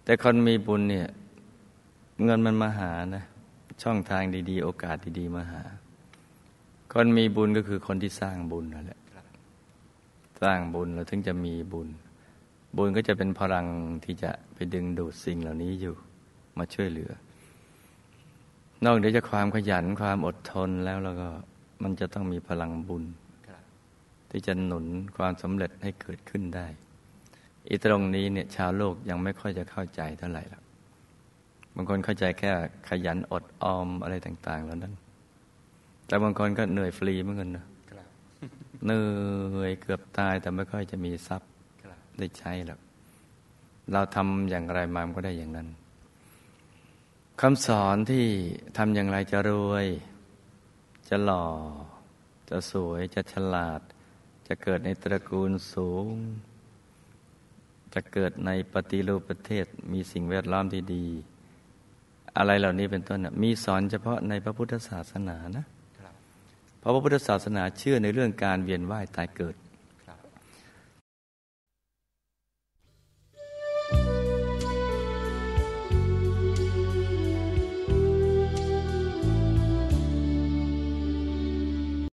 แต่คนมีบุญเนี่ยเงินมันมาหานะช่องทางดีๆโอกาสดีๆมาหาคนมีบุญก็คือคนที่สร้างบุญนั่นแหละสร้างบุญเราถึงจะมีบุญบุญก็จะเป็นพลังที่จะไปดึงดูดสิ่งเหล่านี้อยู่มาช่วยเหลือนอกจากความขยันความอดทนแล้วก็มันจะต้องมีพลังบุญที่จะหนุนความสำเร็จให้เกิดขึ้นได้อีตรงนี้เนี่ยชาวโลกยังไม่ค่อยจะเข้าใจเท่าไหร่หรอกบางคนเข้าใจแค่ขยันอดออมอะไรต่างๆแล้วนั้นแต่บางคนก็เหนื่อยฟรีเหมือนกันนะเหนื่อยเกือบตายแต่ไม่ค่อยจะมีทรัพย์ได้ใช้หรอกเราทำอย่างไรมามันก็ได้อย่างนั้นคำสอนที่ทำอย่างไรจะรวยจะหล่อจะสวยจะฉลาดจะเกิดในตระกูลสูงจะเกิดในปฏิรูปประเทศมีสิ่งแวดล้อมที่ดีอะไรเหล่านี้เป็นต้นมีสอนเฉพาะในพระพุทธศาสนานะเพราะพระพุทธศาสนาเชื่อในเรื่องการเวียนว่ายตายเกิด